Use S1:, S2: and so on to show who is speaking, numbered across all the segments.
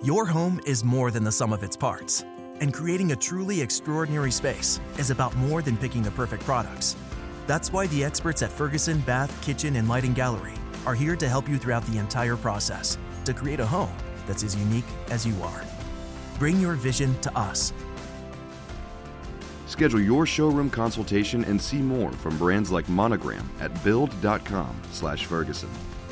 S1: Your home is more than the sum of its parts, and creating a truly extraordinary space is about more than picking the perfect products. That's why the experts at Ferguson Bath, Kitchen, and Lighting Gallery are here to help you throughout the entire process to create a home that's as unique as you are. Bring your vision to us.
S2: Schedule your showroom consultation and see more from brands like Monogram at build.com/Ferguson.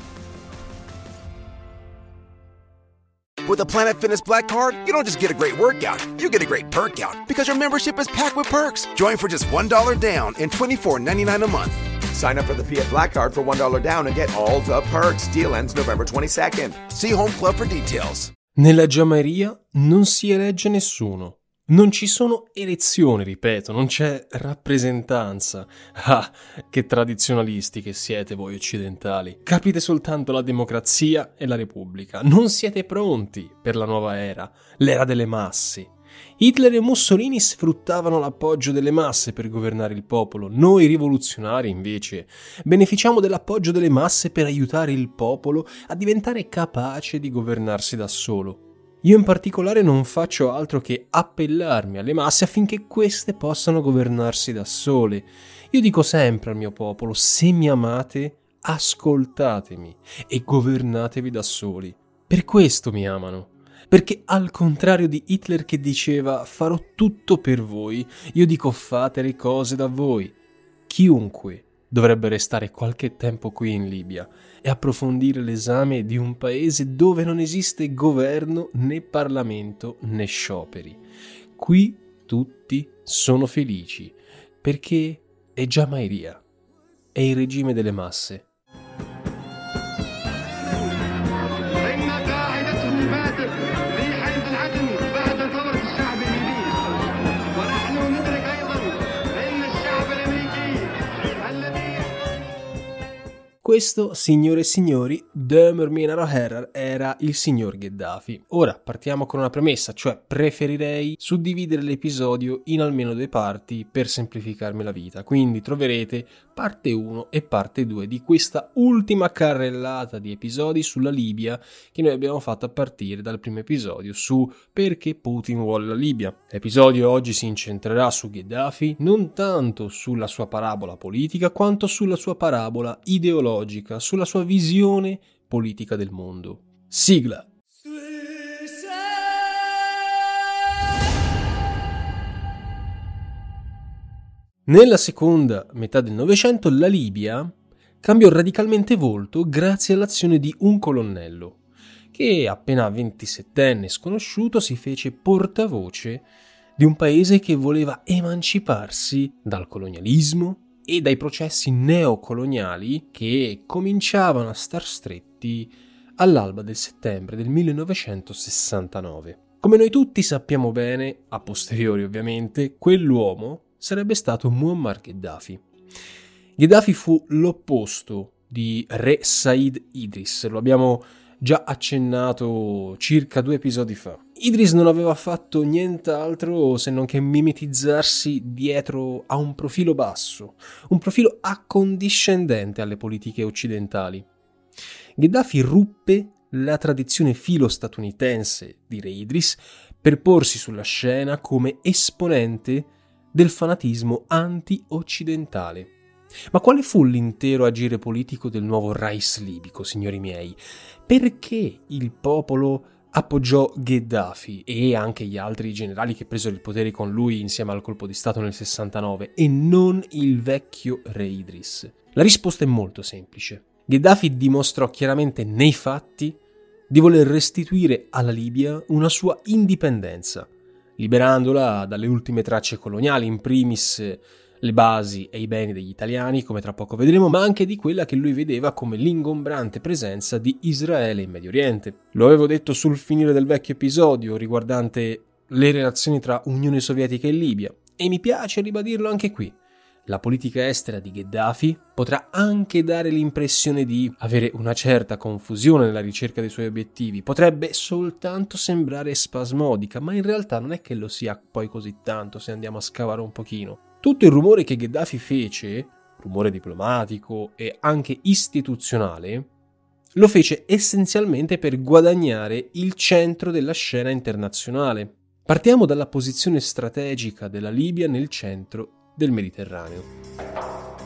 S3: With a Planet Fitness Black Card, you don't just get a great workout, you get a great perk out because your membership is packed with perks. Join for just $1 down and $24.99 a month.
S4: Sign up for the Fiat Black Card for $1 down and get all the perks. Deal ends November 22nd.
S3: See Home Club for details.
S5: Nella Giamahiria non si elegge nessuno. Non ci sono elezioni, ripeto, non c'è rappresentanza. Ah, che tradizionalisti che siete voi occidentali. Capite soltanto la democrazia e la repubblica. Non siete pronti per la nuova era, l'era delle masse. Hitler e Mussolini sfruttavano l'appoggio delle masse per governare il popolo. Noi rivoluzionari, invece, beneficiamo dell'appoggio delle masse per aiutare il popolo a diventare capace di governarsi da solo. Io in particolare non faccio altro che appellarmi alle masse affinché queste possano governarsi da sole. Io dico sempre al mio popolo: se mi amate, ascoltatemi e governatevi da soli. Per questo mi amano. Perché al contrario di Hitler che diceva farò tutto per voi, io dico fate le cose da voi. Chiunque dovrebbe restare qualche tempo qui in Libia e approfondire l'esame di un paese dove non esiste governo né Parlamento né scioperi. Qui tutti sono felici perché è Giamahiria, è il regime delle masse. Questo, signore e signori, Dömerminer Herrer era il signor Gheddafi. Ora partiamo con una premessa, cioè preferirei suddividere l'episodio in almeno 2 parti per semplificarmi la vita. Quindi troverete parte 1 e parte 2 di questa ultima carrellata di episodi sulla Libia che noi abbiamo fatto a partire dal primo episodio su perché Putin vuole la Libia. L'episodio oggi si incentrerà su Gheddafi, non tanto sulla sua parabola politica quanto sulla sua parabola ideologica, sulla sua visione politica del mondo. Sigla. Nella seconda metà del Novecento la Libia cambiò radicalmente volto grazie all'azione di un colonnello che, appena 27enne sconosciuto, si fece portavoce di un paese che voleva emanciparsi dal colonialismo e dai processi neocoloniali che cominciavano a star stretti all'alba del settembre del 1969. Come noi tutti sappiamo bene, a posteriori ovviamente, quell'uomo sarebbe stato Muammar Gheddafi. Gheddafi fu l'opposto di Re Said Idris, lo abbiamo già accennato circa 2 episodi fa. Idris non aveva fatto nient'altro se non che mimetizzarsi dietro a un profilo basso, un profilo accondiscendente alle politiche occidentali. Gheddafi ruppe la tradizione filo-statunitense di Re Idris per porsi sulla scena come esponente del fanatismo anti-occidentale. Ma quale fu l'intero agire politico del nuovo Rais libico, signori miei? Perché il popolo appoggiò Gheddafi e anche gli altri generali che presero il potere con lui insieme al colpo di stato nel 69 e non il vecchio Re Idris? La risposta è molto semplice. Gheddafi dimostrò chiaramente nei fatti di voler restituire alla Libia una sua indipendenza, liberandola dalle ultime tracce coloniali, in primis le basi e i beni degli italiani, come tra poco vedremo, ma anche di quella che lui vedeva come l'ingombrante presenza di Israele in Medio Oriente. Lo avevo detto sul finire del vecchio episodio riguardante le relazioni tra Unione Sovietica e Libia, e mi piace ribadirlo anche qui. La politica estera di Gheddafi potrà anche dare l'impressione di avere una certa confusione nella ricerca dei suoi obiettivi, potrebbe soltanto sembrare spasmodica, ma in realtà non è che lo sia poi così tanto se andiamo a scavare un pochino. Tutto il rumore che Gheddafi fece, rumore diplomatico e anche istituzionale, Lo fece essenzialmente per guadagnare il centro della scena internazionale. Partiamo dalla posizione strategica della Libia nel centro del Mediterraneo.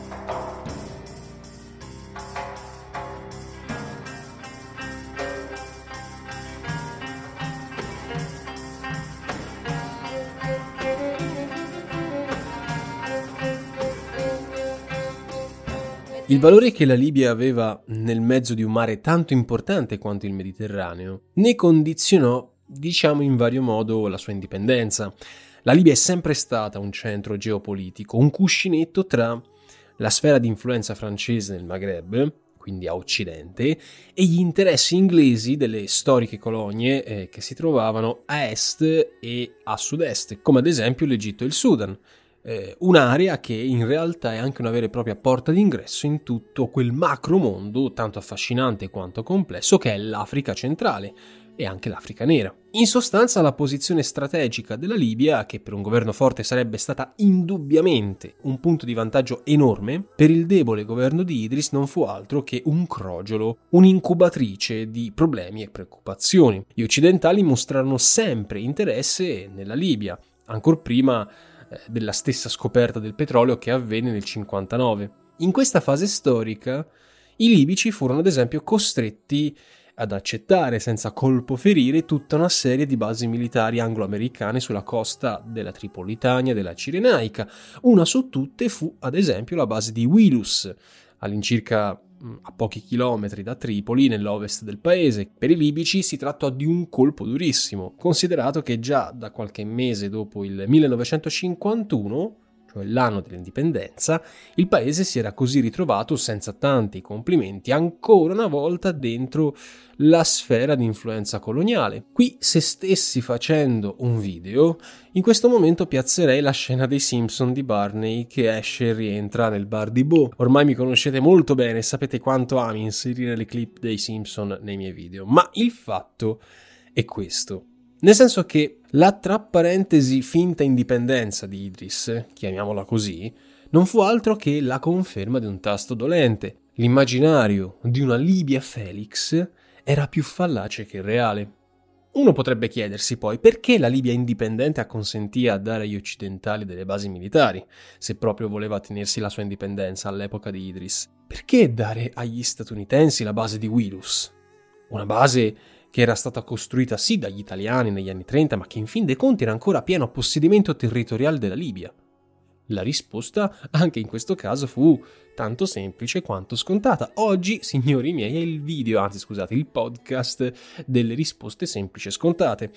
S5: Il valore che la Libia aveva nel mezzo di un mare tanto importante quanto il Mediterraneo ne condizionò, in vario modo, la sua indipendenza. La Libia è sempre stata un centro geopolitico, un cuscinetto tra la sfera di influenza francese nel Maghreb, quindi a occidente, e gli interessi inglesi delle storiche colonie che si trovavano a est e a sud-est, come ad esempio l'Egitto e il Sudan. Un'area che in realtà è anche una vera e propria porta d'ingresso in tutto quel macro mondo tanto affascinante quanto complesso che è l'Africa centrale e anche l'Africa nera. In sostanza, la posizione strategica della Libia, che per un governo forte sarebbe stata indubbiamente un punto di vantaggio enorme, per il debole governo di Idris non fu altro che un crogiolo, un'incubatrice di problemi e preoccupazioni. Gli occidentali mostrarono sempre interesse nella Libia, ancor prima della stessa scoperta del petrolio che avvenne nel 59. In questa fase storica i libici furono ad esempio costretti ad accettare senza colpo ferire tutta una serie di basi militari anglo-americane sulla costa della Tripolitania e della Cirenaica. Una su tutte fu ad esempio la base di Wilus, all'incirca a pochi chilometri da Tripoli, nell'ovest del paese. Per i libici si trattò di un colpo durissimo, considerato che già da qualche mese dopo il 1951, cioè l'anno dell'indipendenza, il paese si era così ritrovato, senza tanti complimenti, ancora una volta dentro la sfera di influenza coloniale. Qui, se stessi facendo un video, in questo momento piazzerei la scena dei Simpson di Barney che esce e rientra nel bar di Bo. Ormai mi conoscete molto bene e sapete quanto ami inserire le clip dei Simpson nei miei video, ma il fatto è questo. Nel senso che la, tra parentesi, finta indipendenza di Idris, chiamiamola così, non fu altro che la conferma di un tasto dolente. L'immaginario di una Libia Felix era più fallace che reale. Uno potrebbe chiedersi poi perché la Libia indipendente acconsentì a dare agli occidentali delle basi militari, se proprio voleva tenersi la sua indipendenza all'epoca di Idris. Perché dare agli statunitensi la base di Wilus? Una base che era stata costruita sì dagli italiani negli anni 30, ma che in fin dei conti era ancora a pieno possedimento territoriale della Libia. La risposta, anche in questo caso, fu tanto semplice quanto scontata. Oggi, signori miei, è il podcast delle risposte semplici e scontate.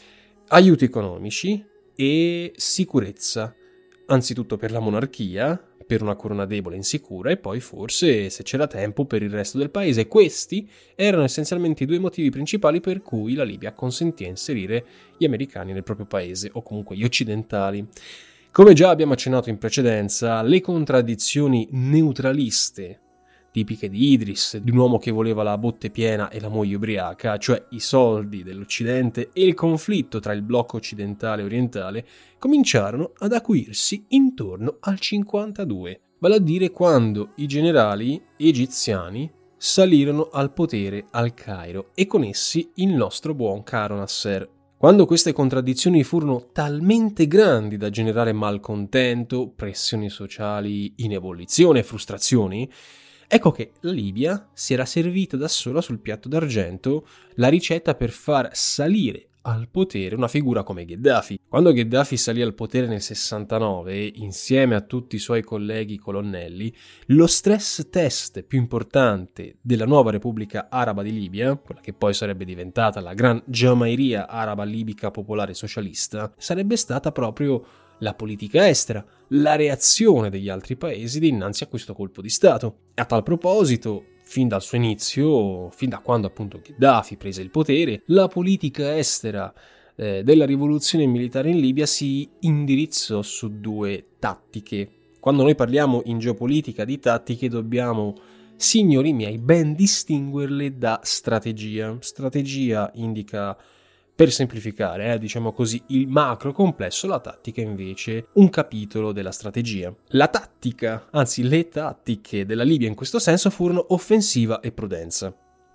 S5: Aiuti economici e sicurezza, anzitutto per la monarchia, per una corona debole e insicura, e poi forse, se c'era tempo, per il resto del paese. Questi erano essenzialmente i due motivi principali per cui la Libia consentì a inserire gli americani nel proprio paese, o comunque gli occidentali. Come già abbiamo accennato in precedenza, le contraddizioni neutraliste tipiche di Idris, di un uomo che voleva la botte piena e la moglie ubriaca, cioè i soldi dell'Occidente e il conflitto tra il blocco occidentale e orientale, cominciarono ad acuirsi intorno al 52, vale a dire quando i generali egiziani salirono al potere al Cairo e con essi il nostro buon caro Nasser. Quando queste contraddizioni furono talmente grandi da generare malcontento, pressioni sociali in ebollizione e frustrazioni, ecco che la Libia si era servita da sola sul piatto d'argento la ricetta per far salire al potere una figura come Gheddafi. Quando Gheddafi salì al potere nel 69, insieme a tutti i suoi colleghi colonnelli, lo stress test più importante della nuova Repubblica Araba di Libia, quella che poi sarebbe diventata la Gran Giamairia Araba Libica Popolare Socialista, sarebbe stata proprio la politica estera, la reazione degli altri paesi dinanzi a questo colpo di Stato. E a tal proposito, fin dal suo inizio, fin da quando appunto Gheddafi prese il potere, la politica estera della rivoluzione militare in Libia si indirizzò su due tattiche. Quando noi parliamo in geopolitica di tattiche dobbiamo, signori miei, ben distinguerle da strategia. Strategia indica, per semplificare, diciamo così, il macro complesso, la tattica invece un capitolo della strategia. La tattica, anzi le tattiche della Libia in questo senso furono offensiva e prudenza.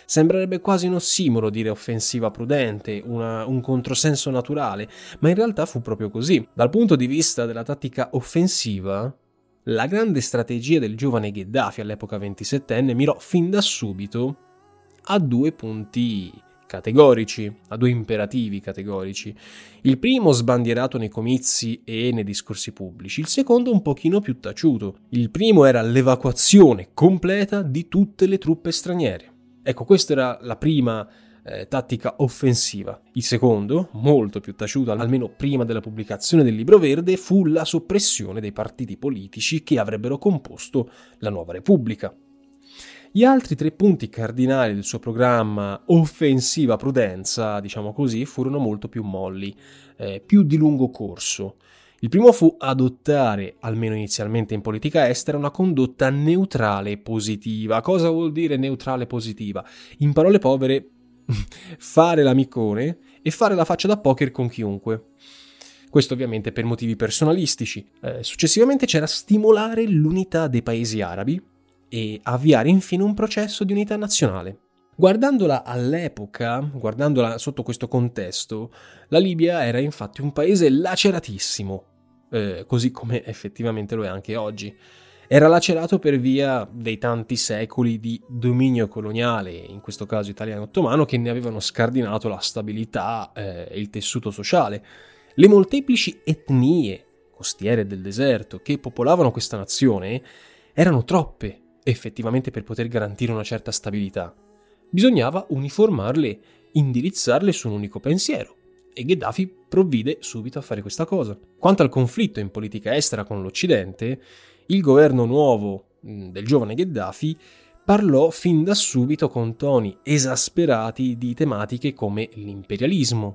S5: Sembrerebbe quasi un ossimoro dire offensiva prudente, un controsenso naturale, ma in realtà fu proprio così. Dal punto di vista della tattica offensiva, la grande strategia del giovane Gheddafi all'epoca 27enne mirò fin da subito a 2 punti categorici, a 2 imperativi categorici. Il primo sbandierato nei comizi e nei discorsi pubblici, il secondo un pochino più taciuto. Il primo era l'evacuazione completa di tutte le truppe straniere. Ecco, questa era la prima tattica offensiva. Il secondo, molto più taciuto, almeno prima della pubblicazione del Libro Verde, fu la soppressione dei partiti politici che avrebbero composto la nuova Repubblica. Gli altri 3 punti cardinali del suo programma offensiva prudenza, diciamo così, furono molto più molli, più di lungo corso. Il primo fu adottare, almeno inizialmente in politica estera, una condotta neutrale positiva. Cosa vuol dire neutrale positiva? In parole povere, fare l'amicone e fare la faccia da poker con chiunque. Questo ovviamente per motivi personalistici. Successivamente c'era stimolare l'unità dei paesi arabi e avviare infine un processo di unità nazionale. Guardandola all'epoca, guardandola sotto questo contesto, la Libia era infatti un paese laceratissimo, così come effettivamente lo è anche oggi. Era lacerato per via dei tanti secoli di dominio coloniale, in questo caso italiano-ottomano, che ne avevano scardinato la stabilità e il tessuto sociale. Le molteplici etnie costiere del deserto che popolavano questa nazione erano troppe effettivamente per poter garantire una certa stabilità. Bisognava uniformarle, indirizzarle su un unico pensiero, e Gheddafi provvide subito a fare questa cosa. Quanto al conflitto in politica estera con l'Occidente, il governo nuovo del giovane Gheddafi parlò fin da subito con toni esasperati di tematiche come l'imperialismo.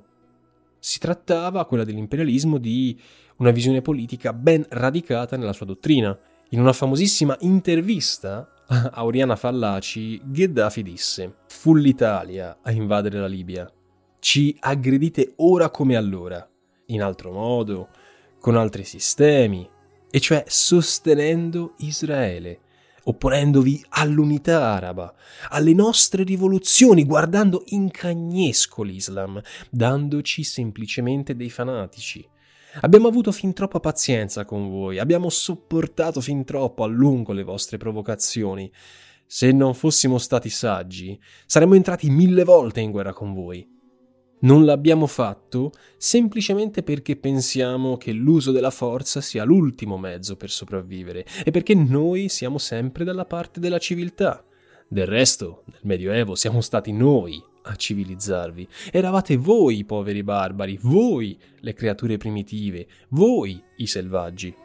S5: Si trattava, quella dell'imperialismo, di una visione politica ben radicata nella sua dottrina. In una famosissima intervista a Oriana Fallaci, Gheddafi disse: «Fu l'Italia a invadere la Libia. Ci aggredite ora come allora, in altro modo, con altri sistemi, e cioè sostenendo Israele, opponendovi all'unità araba, alle nostre rivoluzioni, guardando in cagnesco l'Islam, dandoci semplicemente dei fanatici. Abbiamo avuto fin troppa pazienza con voi, abbiamo sopportato fin troppo a lungo le vostre provocazioni. Se non fossimo stati saggi, saremmo entrati 1000 volte in guerra con voi. Non l'abbiamo fatto semplicemente perché pensiamo che l'uso della forza sia l'ultimo mezzo per sopravvivere e perché noi siamo sempre dalla parte della civiltà. Del resto, nel Medioevo siamo stati noi a civilizzarvi. Eravate voi i poveri barbari, voi le creature primitive, voi i selvaggi».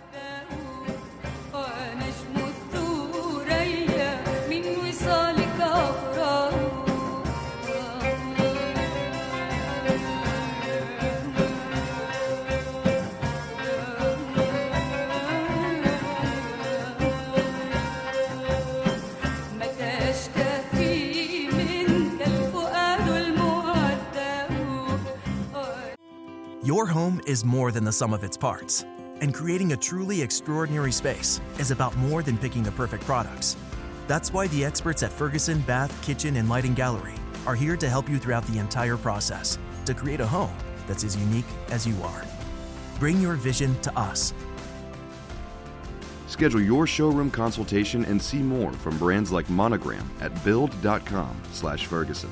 S1: Your home is more than the sum of its parts, and creating a truly extraordinary space is about more than picking the perfect products. That's why the experts at Ferguson Bath, Kitchen, and Lighting Gallery are here to help you throughout the entire process to create a home that's as unique as you are. Bring your vision to us.
S2: Schedule your showroom consultation and see more from brands like Monogram at build.com/Ferguson.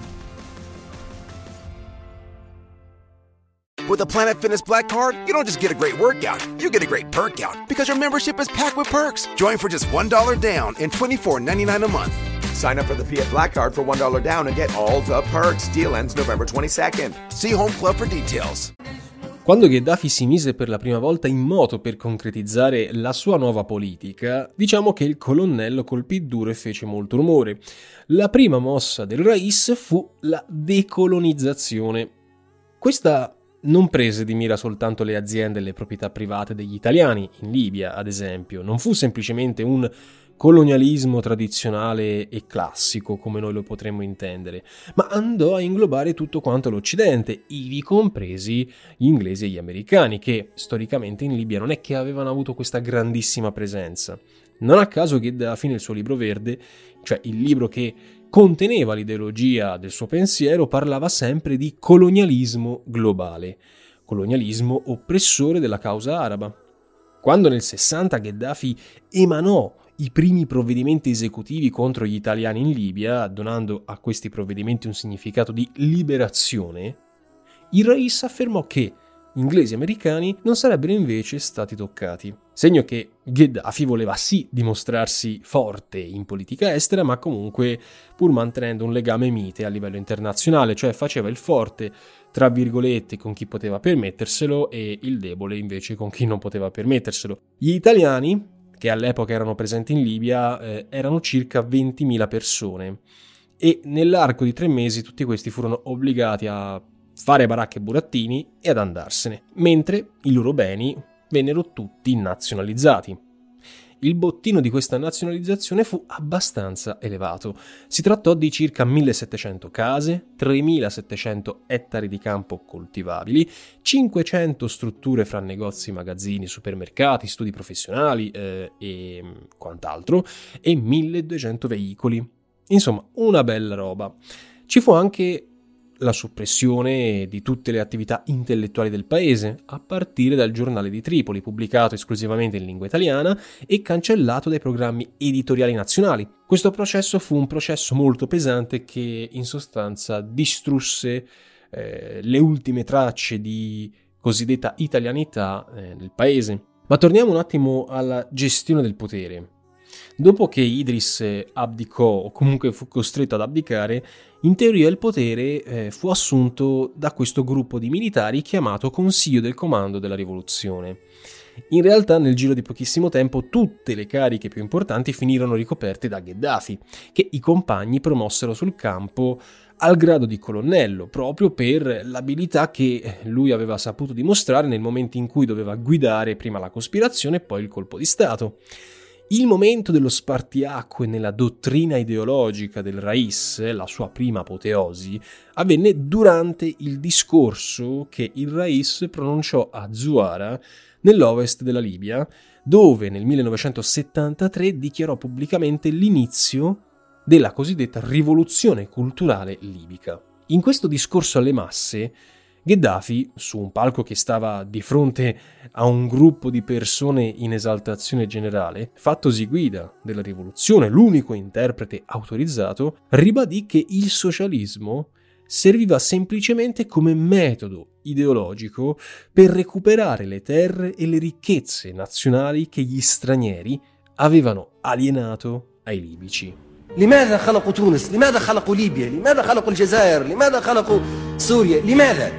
S3: With a Planet Fitness Black Card, you don't just get a great workout, you get a great perk out because your membership is packed with perks. Join for just $1 down and $24.99 a month.
S4: Sign up for the Fiat Black Card for $1 down and get all the perks. Deal ends November 22nd.
S3: See Home Club for details.
S5: Quando Gheddafi si mise per la prima volta in moto per concretizzare la sua nuova politica, diciamo che il colonnello colpì duro e fece molto rumore. La prima mossa del Rais fu la decolonizzazione. Questa non prese di mira soltanto le aziende e le proprietà private degli italiani, in Libia ad esempio. Non fu semplicemente un colonialismo tradizionale e classico come noi lo potremmo intendere, ma andò a inglobare tutto quanto l'Occidente, ivi compresi gli inglesi e gli americani, che storicamente in Libia non è che avevano avuto questa grandissima presenza. Non a caso Gheddafi nel suo libro verde, cioè il libro che conteneva l'ideologia del suo pensiero, parlava sempre di colonialismo globale, colonialismo oppressore della causa araba. Quando nel 60 Gheddafi emanò i primi provvedimenti esecutivi contro gli italiani in Libia, donando a questi provvedimenti un significato di liberazione, il Rais affermò che inglesi e americani non sarebbero invece stati toccati. Segno che Gheddafi voleva sì dimostrarsi forte in politica estera, ma comunque pur mantenendo un legame mite a livello internazionale, cioè faceva il forte, tra virgolette, con chi poteva permetterselo e il debole invece con chi non poteva permetterselo. Gli italiani, che all'epoca erano presenti in Libia, erano circa 20.000 persone e nell'arco di 3 mesi tutti questi furono obbligati a fare baracche e burattini e ad andarsene, mentre i loro beni vennero tutti nazionalizzati. Il bottino di questa nazionalizzazione fu abbastanza elevato. Si trattò di circa 1.700 case, 3.700 ettari di campo coltivabili, 500 strutture fra negozi, magazzini, supermercati, studi professionali e quant'altro, e 1.200 veicoli. Insomma, una bella roba. Ci fu anche la soppressione di tutte le attività intellettuali del paese, a partire dal giornale di Tripoli, pubblicato esclusivamente in lingua italiana e cancellato dai programmi editoriali nazionali. Questo processo fu un processo molto pesante che in sostanza distrusse le ultime tracce di cosiddetta italianità nel paese. Ma torniamo un attimo alla gestione del potere. Dopo che Idris abdicò, o comunque fu costretto ad abdicare, in teoria il potere fu assunto da questo gruppo di militari chiamato Consiglio del Comando della Rivoluzione. In realtà nel giro di pochissimo tempo tutte le cariche più importanti finirono ricoperte da Gheddafi, che i compagni promossero sul campo al grado di colonnello, proprio per l'abilità che lui aveva saputo dimostrare nel momento in cui doveva guidare prima la cospirazione e poi il colpo di Stato. Il momento dello spartiacque nella dottrina ideologica del Rais, la sua prima apoteosi, avvenne durante il discorso che il Rais pronunciò a Zuara, nell'ovest della Libia, dove nel 1973 dichiarò pubblicamente l'inizio della cosiddetta rivoluzione culturale libica. In questo discorso alle masse, Gheddafi, su un palco che stava di fronte a un gruppo di persone in esaltazione generale, fattosi guida della rivoluzione, l'unico interprete autorizzato, ribadì che il socialismo serviva semplicemente come metodo ideologico per recuperare le terre e le ricchezze nazionali che gli stranieri avevano alienato ai libici.
S6: لماذا خلقوا تونس؟ لماذا خلقوا ليبيا؟ لماذا خلقوا الجزائر؟ لماذا خلقوا سوريا؟ لماذا؟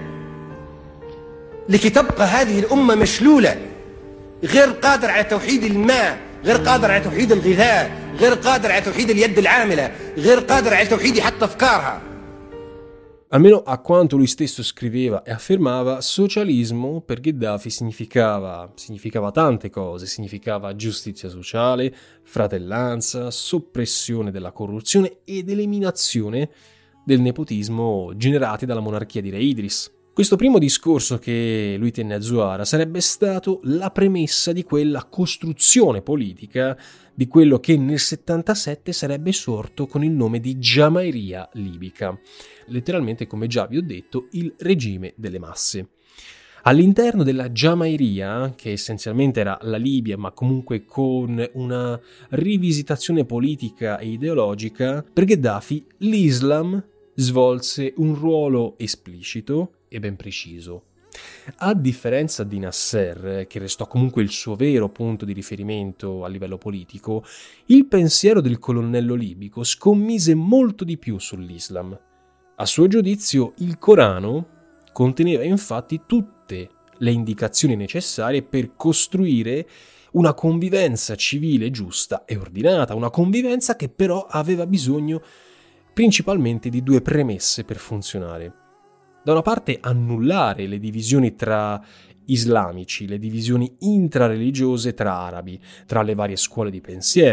S6: لكي تبقى هذه الأمة مشلولة، غير قادر على توحيد الماء، غير قادر على توحيد الغذاء، غير قادر على توحيد اليد العاملة، غير قادر على توحيد حتى أفكارها.
S5: Almeno a quanto lui stesso scriveva e affermava, socialismo per Gheddafi significava tante cose, significava giustizia sociale, fratellanza, soppressione della corruzione ed eliminazione del nepotismo generati dalla monarchia di Re Idris. Questo primo discorso che lui tenne a Zuara sarebbe stato la premessa di quella costruzione politica di quello che nel 77 sarebbe sorto con il nome di Giamairia libica, letteralmente, come già vi ho detto, il regime delle masse. All'interno della Giamairia, che essenzialmente era la Libia, ma comunque con una rivisitazione politica e ideologica, per Gheddafi l'Islam svolse un ruolo esplicito e ben preciso. A differenza di Nasser, che restò comunque il suo vero punto di riferimento a livello politico, il pensiero del colonnello libico scommise molto di più sull'Islam. A suo giudizio, il Corano conteneva infatti tutte le indicazioni necessarie per costruire una convivenza civile giusta e ordinata, una convivenza che però aveva bisogno principalmente di 2 premesse per funzionare. Da una parte annullare le divisioni tra islamici, le divisioni intrareligiose tra arabi, tra le varie scuole di pensiero,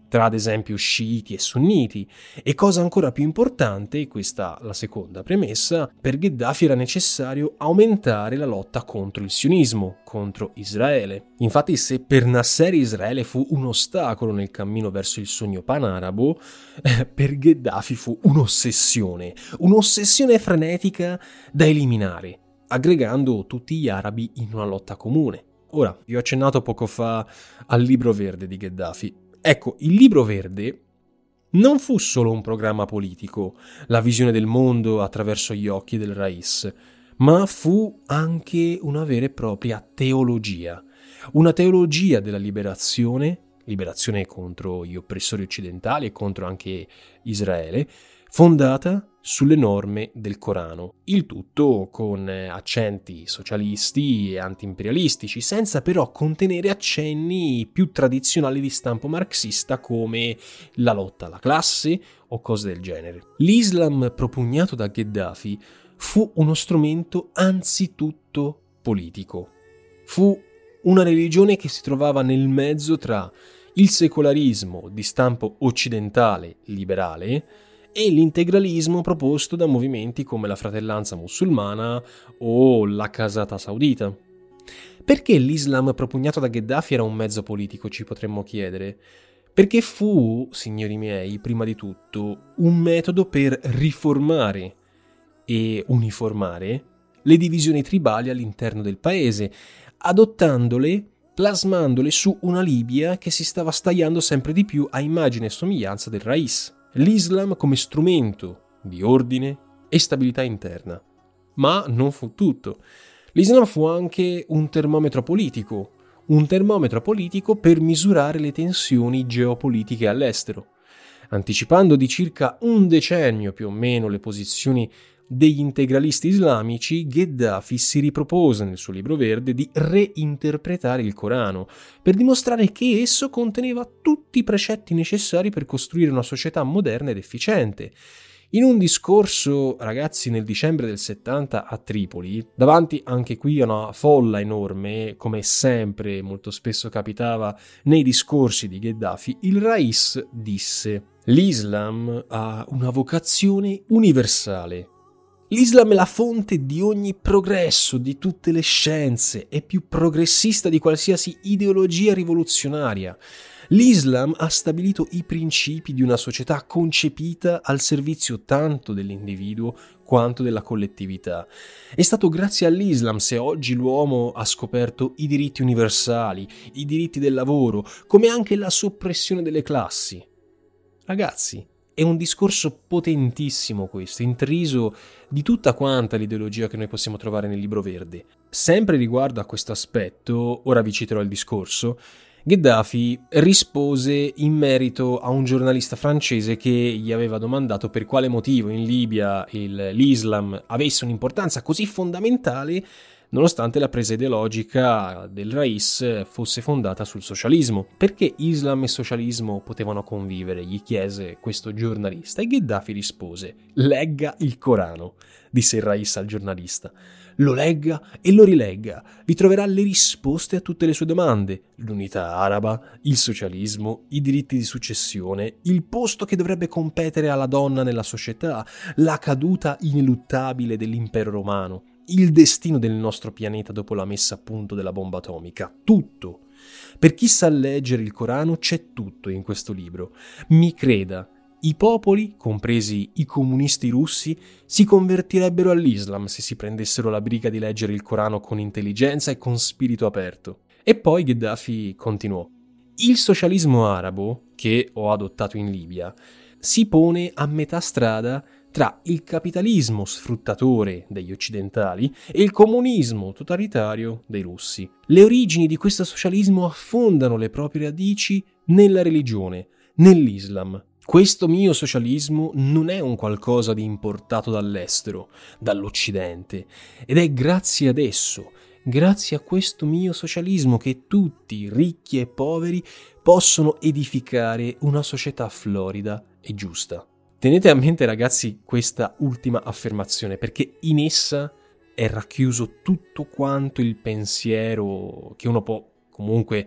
S5: tra ad esempio sciiti e sunniti, e cosa ancora più importante, questa la seconda premessa, per Gheddafi era necessario aumentare la lotta contro il sionismo, contro Israele. Infatti se per Nasser Israele fu un ostacolo nel cammino verso il sogno panarabo, per Gheddafi fu un'ossessione frenetica da eliminare, aggregando tutti gli arabi in una lotta comune. Ora, vi ho accennato poco fa al libro verde di Gheddafi. Ecco, il libro verde non fu solo un programma politico, la visione del mondo attraverso gli occhi del Rais, ma fu anche una vera e propria teologia. Una teologia della liberazione contro gli oppressori occidentali e contro anche Israele, fondata sulle norme del Corano, il tutto con accenti socialisti e antiimperialistici, senza però contenere accenni più tradizionali di stampo marxista come la lotta alla classe o cose del genere. L'Islam propugnato da Gheddafi fu uno strumento anzitutto politico. Fu una religione che si trovava nel mezzo tra il secolarismo di stampo occidentale liberale e l'integralismo proposto da movimenti come la Fratellanza Musulmana o la Casata Saudita. Perché l'Islam propugnato da Gheddafi era un mezzo politico, ci potremmo chiedere? Perché fu, signori miei, prima di tutto, un metodo per riformare e uniformare le divisioni tribali all'interno del paese, plasmandole su una Libia che si stava stagliando sempre di più a immagine e somiglianza del Rais. L'Islam come strumento di ordine e stabilità interna. Ma non fu tutto. L'Islam fu anche un termometro politico per misurare le tensioni geopolitiche all'estero. Anticipando di circa un decennio più o meno le posizioni degli integralisti islamici, Gheddafi si ripropose nel suo libro verde di reinterpretare il Corano per dimostrare che esso conteneva tutti i precetti necessari per costruire una società moderna ed efficiente. In un discorso, ragazzi, nel dicembre del 70 a Tripoli, davanti anche qui a una folla enorme, come sempre molto spesso capitava nei discorsi di Gheddafi, il Rais disse: «L'Islam ha una vocazione universale. L'Islam è la fonte di ogni progresso, di tutte le scienze, è più progressista di qualsiasi ideologia rivoluzionaria. L'Islam ha stabilito i principi di una società concepita al servizio tanto dell'individuo quanto della collettività. È stato grazie all'Islam se oggi l'uomo ha scoperto i diritti universali, i diritti del lavoro, come anche la soppressione delle classi». Ragazzi, è un discorso potentissimo questo, intriso di tutta quanta l'ideologia che noi possiamo trovare nel libro verde. Sempre riguardo a questo aspetto, ora vi citerò il discorso, Gheddafi rispose in merito a un giornalista francese che gli aveva domandato per quale motivo in Libia l'Islam avesse un'importanza così fondamentale nonostante la presa ideologica del Rais fosse fondata sul socialismo. Perché Islam e socialismo potevano convivere? Gli chiese questo giornalista e Gheddafi rispose: «Legga il Corano», disse il Rais al giornalista. «Lo legga e lo rilegga, vi troverà le risposte a tutte le sue domande: l'unità araba, il socialismo, i diritti di successione, il posto che dovrebbe competere alla donna nella società, la caduta ineluttabile dell'impero romano, il destino del nostro pianeta dopo la messa a punto della bomba atomica, tutto. Per chi sa leggere il Corano c'è tutto in questo libro. Mi creda, i popoli, compresi i comunisti russi, si convertirebbero all'Islam se si prendessero la briga di leggere il Corano con intelligenza e con spirito aperto». E poi Gheddafi continuò: «Il socialismo arabo, che ho adottato in Libia, si pone a metà strada tra il capitalismo sfruttatore degli occidentali e il comunismo totalitario dei russi. Le origini di questo socialismo affondano le proprie radici nella religione, nell'Islam. Questo mio socialismo non è un qualcosa di importato dall'estero, dall'Occidente, ed è grazie ad esso, grazie a questo mio socialismo, che tutti, ricchi e poveri, possono edificare una società florida e giusta». Tenete a mente, ragazzi, questa ultima affermazione, perché in essa è racchiuso tutto quanto il pensiero che uno può comunque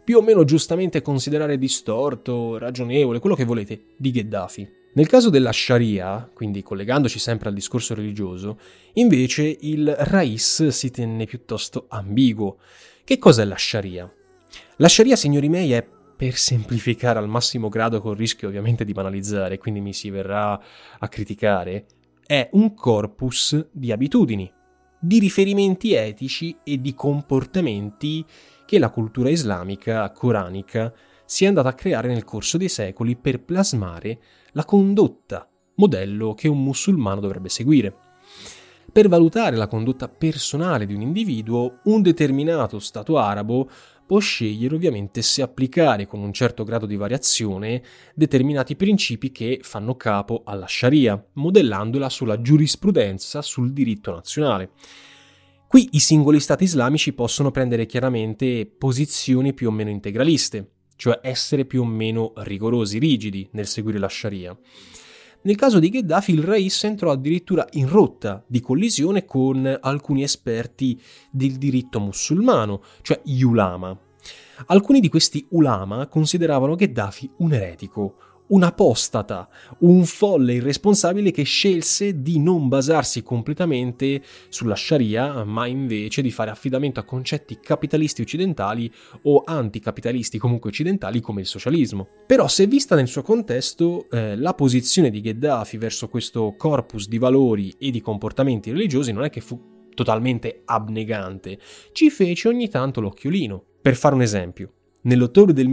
S5: più o meno giustamente considerare distorto, ragionevole, quello che volete, di Gheddafi. Nel caso della Sharia, quindi collegandoci sempre al discorso religioso, invece il Rais si tenne piuttosto ambiguo. Che cos'è la Sharia? La Sharia, signori miei, è, per semplificare al massimo grado, col rischio ovviamente di banalizzare, quindi mi si verrà a criticare, è un corpus di abitudini, di riferimenti etici e di comportamenti che la cultura islamica coranica si è andata a creare nel corso dei secoli per plasmare la condotta, modello che un musulmano dovrebbe seguire. Per valutare la condotta personale di un individuo, un determinato stato arabo può scegliere ovviamente se applicare con un certo grado di variazione determinati principi che fanno capo alla Sharia, modellandola sulla giurisprudenza sul diritto nazionale. Qui i singoli stati islamici possono prendere chiaramente posizioni più o meno integraliste, cioè essere più o meno rigorosi, rigidi nel seguire la Sharia. Nel caso di Gheddafi il Rais entrò addirittura in rotta di collisione con alcuni esperti del diritto musulmano, cioè gli ulama. Alcuni di questi ulama consideravano Gheddafi un eretico, un apostata, un folle irresponsabile che scelse di non basarsi completamente sulla Sharia, ma invece di fare affidamento a concetti capitalisti occidentali o anticapitalisti comunque occidentali come il socialismo. Però, se vista nel suo contesto, la posizione di Gheddafi verso questo corpus di valori e di comportamenti religiosi non è che fu totalmente abnegante, ci fece ogni tanto l'occhiolino. Per fare un esempio, nell'ottobre del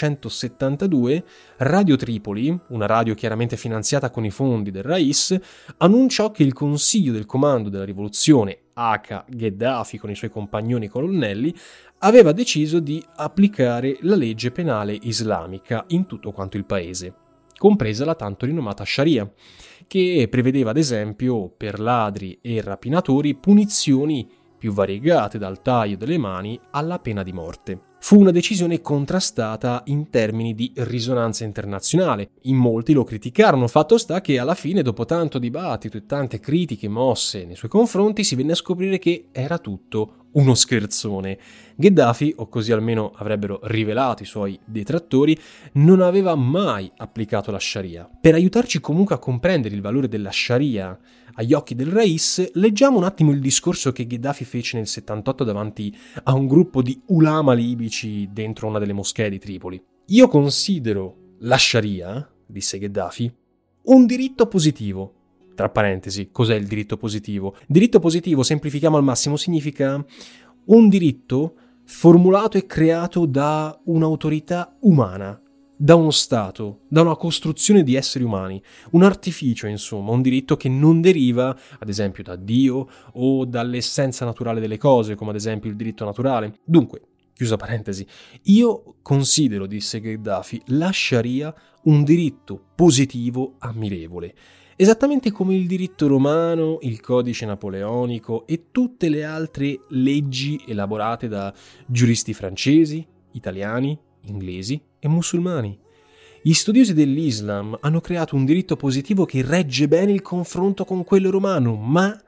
S5: 1972, Radio Tripoli, una radio chiaramente finanziata con i fondi del Rais, annunciò che il Consiglio del Comando della Rivoluzione, aka Gheddafi con i suoi compagnoni colonnelli, aveva deciso di applicare la legge penale islamica in tutto quanto il paese, compresa la tanto rinomata Sharia, che prevedeva ad esempio per ladri e rapinatori punizioni più variegate dal taglio delle mani alla pena di morte. Fu una decisione contrastata in termini di risonanza internazionale. In molti lo criticarono, fatto sta che alla fine, dopo tanto dibattito e tante critiche mosse nei suoi confronti, si venne a scoprire che era tutto uno scherzone. Gheddafi, o così almeno avrebbero rivelato i suoi detrattori, non aveva mai applicato la Sharia. Per aiutarci comunque a comprendere il valore della Sharia agli occhi del Rais, leggiamo un attimo il discorso che Gheddafi fece nel 78 davanti a un gruppo di ulama libici dentro una delle moschee di Tripoli. Io considero la Sharia, disse Gheddafi, un diritto positivo. Tra parentesi, cos'è il diritto positivo? Diritto positivo, semplifichiamo al massimo, significa un diritto formulato e creato da un'autorità umana, da uno Stato, da una costruzione di esseri umani, un artificio, insomma, un diritto che non deriva, ad esempio, da Dio o dall'essenza naturale delle cose, come ad esempio il diritto naturale. Dunque, chiusa parentesi, io considero, disse Gheddafi, la Sharia un diritto positivo ammirevole, esattamente come il diritto romano, il codice napoleonico e tutte le altre leggi elaborate da giuristi francesi, italiani, inglesi e musulmani. Gli studiosi dell'Islam hanno creato un diritto positivo che regge bene il confronto con quello romano, ma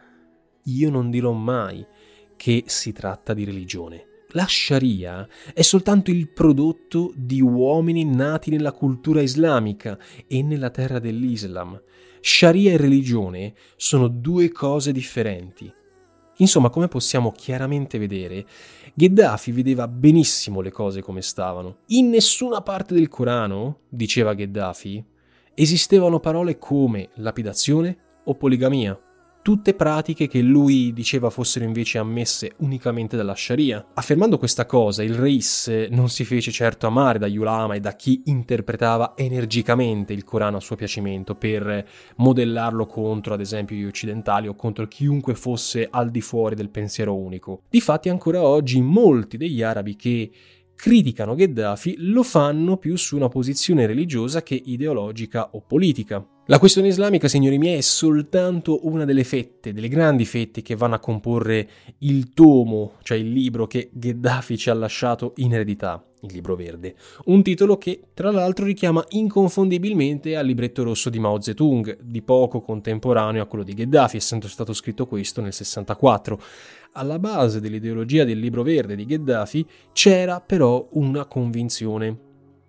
S5: io non dirò mai che si tratta di religione. La Sharia è soltanto il prodotto di uomini nati nella cultura islamica e nella terra dell'Islam. Sharia e religione sono due cose differenti. Insomma, come possiamo chiaramente vedere, Gheddafi vedeva benissimo le cose come stavano. In nessuna parte del Corano, diceva Gheddafi, esistevano parole come lapidazione o poligamia. Tutte pratiche che lui diceva fossero invece ammesse unicamente dalla Sharia. Affermando questa cosa, il Rais non si fece certo amare dagli ulama e da chi interpretava energicamente il Corano a suo piacimento per modellarlo contro, ad esempio, gli occidentali o contro chiunque fosse al di fuori del pensiero unico. Difatti, ancora oggi molti degli arabi che criticano Gheddafi lo fanno più su una posizione religiosa che ideologica o politica. La questione islamica, signori miei, è soltanto una delle fette, delle grandi fette che vanno a comporre il tomo, cioè il libro che Gheddafi ci ha lasciato in eredità, il Libro Verde. Un titolo che, tra l'altro, richiama inconfondibilmente al libretto rosso di Mao Zedong, di poco contemporaneo a quello di Gheddafi, essendo stato scritto questo nel 64. Alla base dell'ideologia del Libro Verde di Gheddafi c'era però una convinzione,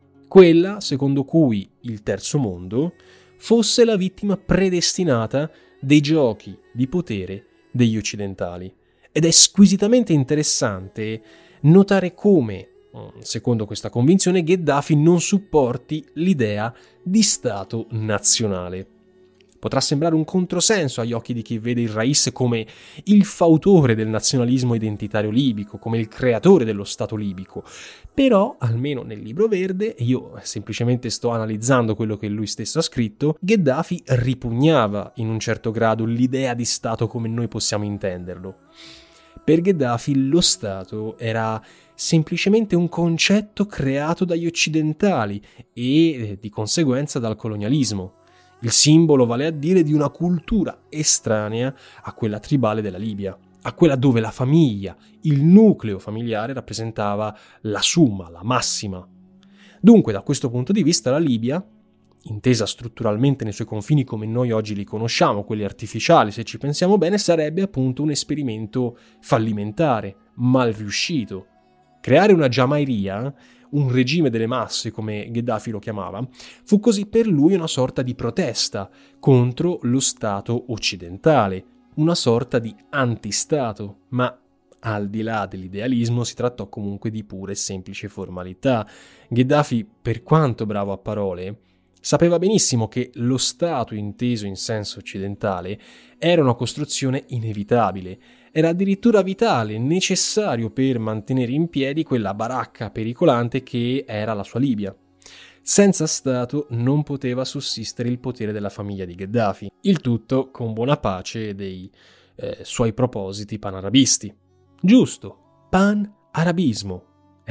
S5: quella secondo cui il terzo mondo fosse la vittima predestinata dei giochi di potere degli occidentali. Ed è squisitamente interessante notare come, secondo questa convinzione, Gheddafi non supporti l'idea di Stato nazionale. Potrà sembrare un controsenso agli occhi di chi vede il Rais come il fautore del nazionalismo identitario libico, come il creatore dello Stato libico, però, almeno nel Libro Verde, e io semplicemente sto analizzando quello che lui stesso ha scritto, Gheddafi ripugnava in un certo grado l'idea di Stato come noi possiamo intenderlo. Per Gheddafi lo Stato era semplicemente un concetto creato dagli occidentali e, di conseguenza, dal colonialismo. Il simbolo, vale a dire, di una cultura estranea a quella tribale della Libia, a quella dove la famiglia, il nucleo familiare rappresentava la summa, la massima. Dunque, da questo punto di vista, la Libia, intesa strutturalmente nei suoi confini come noi oggi li conosciamo, quelli artificiali se ci pensiamo bene, sarebbe appunto un esperimento fallimentare, mal riuscito. Creare una Jamahiriya, un regime delle masse, come Gheddafi lo chiamava, fu così per lui una sorta di protesta contro lo Stato occidentale, una sorta di antistato, ma al di là dell'idealismo si trattò comunque di pure e semplice formalità. Gheddafi, per quanto bravo a parole, sapeva benissimo che lo Stato inteso in senso occidentale era una costruzione inevitabile, era addirittura vitale, necessario per mantenere in piedi quella baracca pericolante che era la sua Libia. Senza Stato non poteva sussistere il potere della famiglia di Gheddafi, il tutto con buona pace dei suoi propositi panarabisti. Giusto, pan-arabismo.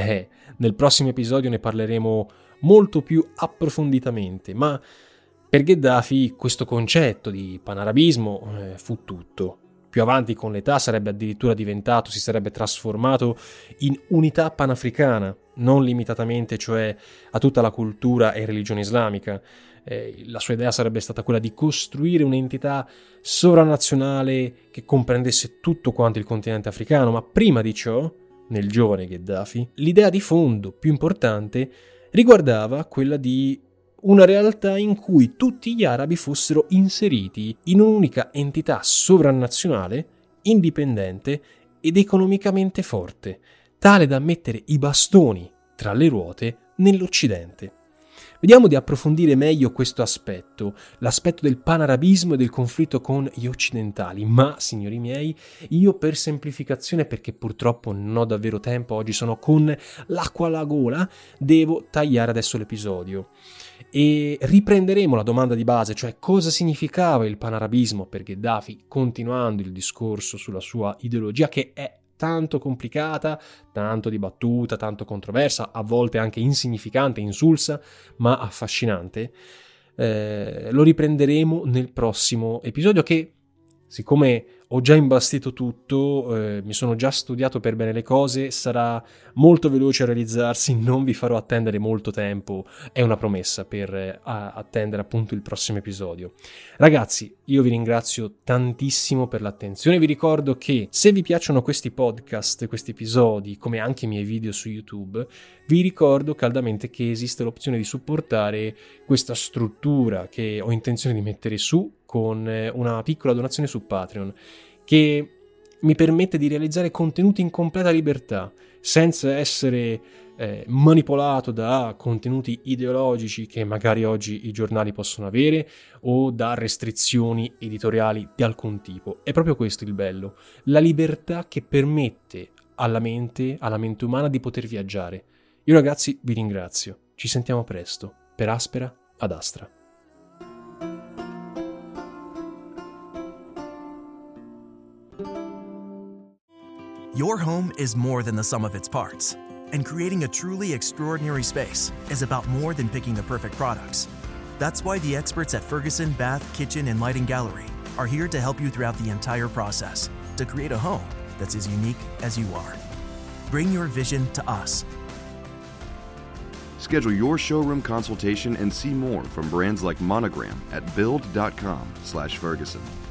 S5: Nel prossimo episodio ne parleremo molto più approfonditamente, ma per Gheddafi questo concetto di panarabismo fu tutto. Più avanti con l'età sarebbe addirittura diventato, si sarebbe trasformato in unità panafricana, non limitatamente cioè a tutta la cultura e religione islamica. La sua idea sarebbe stata quella di costruire un'entità sovranazionale che comprendesse tutto quanto il continente africano, ma prima di ciò, nel giovane Gheddafi, l'idea di fondo più importante riguardava quella di una realtà in cui tutti gli arabi fossero inseriti in un'unica entità sovranazionale, indipendente ed economicamente forte, tale da mettere i bastoni tra le ruote nell'Occidente. Vediamo di approfondire meglio questo aspetto, l'aspetto del panarabismo e del conflitto con gli occidentali, ma, signori miei, io per semplificazione, perché purtroppo non ho davvero tempo, oggi sono con l'acqua alla gola, devo tagliare adesso l'episodio. E riprenderemo la domanda di base, cioè cosa significava il panarabismo per Gheddafi, continuando il discorso sulla sua ideologia che è tanto complicata, tanto dibattuta, tanto controversa, a volte anche insignificante, insulsa, ma affascinante. Lo riprenderemo nel prossimo episodio che, siccome ho già imbastito tutto, mi sono già studiato per bene le cose, sarà molto veloce a realizzarsi, non vi farò attendere molto tempo, è una promessa per attendere appunto il prossimo episodio. Ragazzi, io vi ringrazio tantissimo per l'attenzione, vi ricordo che se vi piacciono questi podcast, questi episodi, come anche i miei video su YouTube, vi ricordo caldamente che esiste l'opzione di supportare questa struttura che ho intenzione di mettere su con una piccola donazione su Patreon, che mi permette di realizzare contenuti in completa libertà, senza essere manipolato da contenuti ideologici che magari oggi i giornali possono avere o da restrizioni editoriali di alcun tipo. È proprio questo il bello, la libertà che permette alla mente umana di poter viaggiare. Io ragazzi vi ringrazio, ci sentiamo presto, per Aspera ad Astra.
S1: Your home is more than the sum of its parts, and creating a truly extraordinary space is about more than picking the perfect products. That's why the experts at Ferguson Bath, Kitchen, and Lighting Gallery are here to help you throughout the entire process to create a home that's as unique as you are. Bring your vision to us.
S2: Schedule your showroom consultation and see more from brands like Monogram at build.com/Ferguson.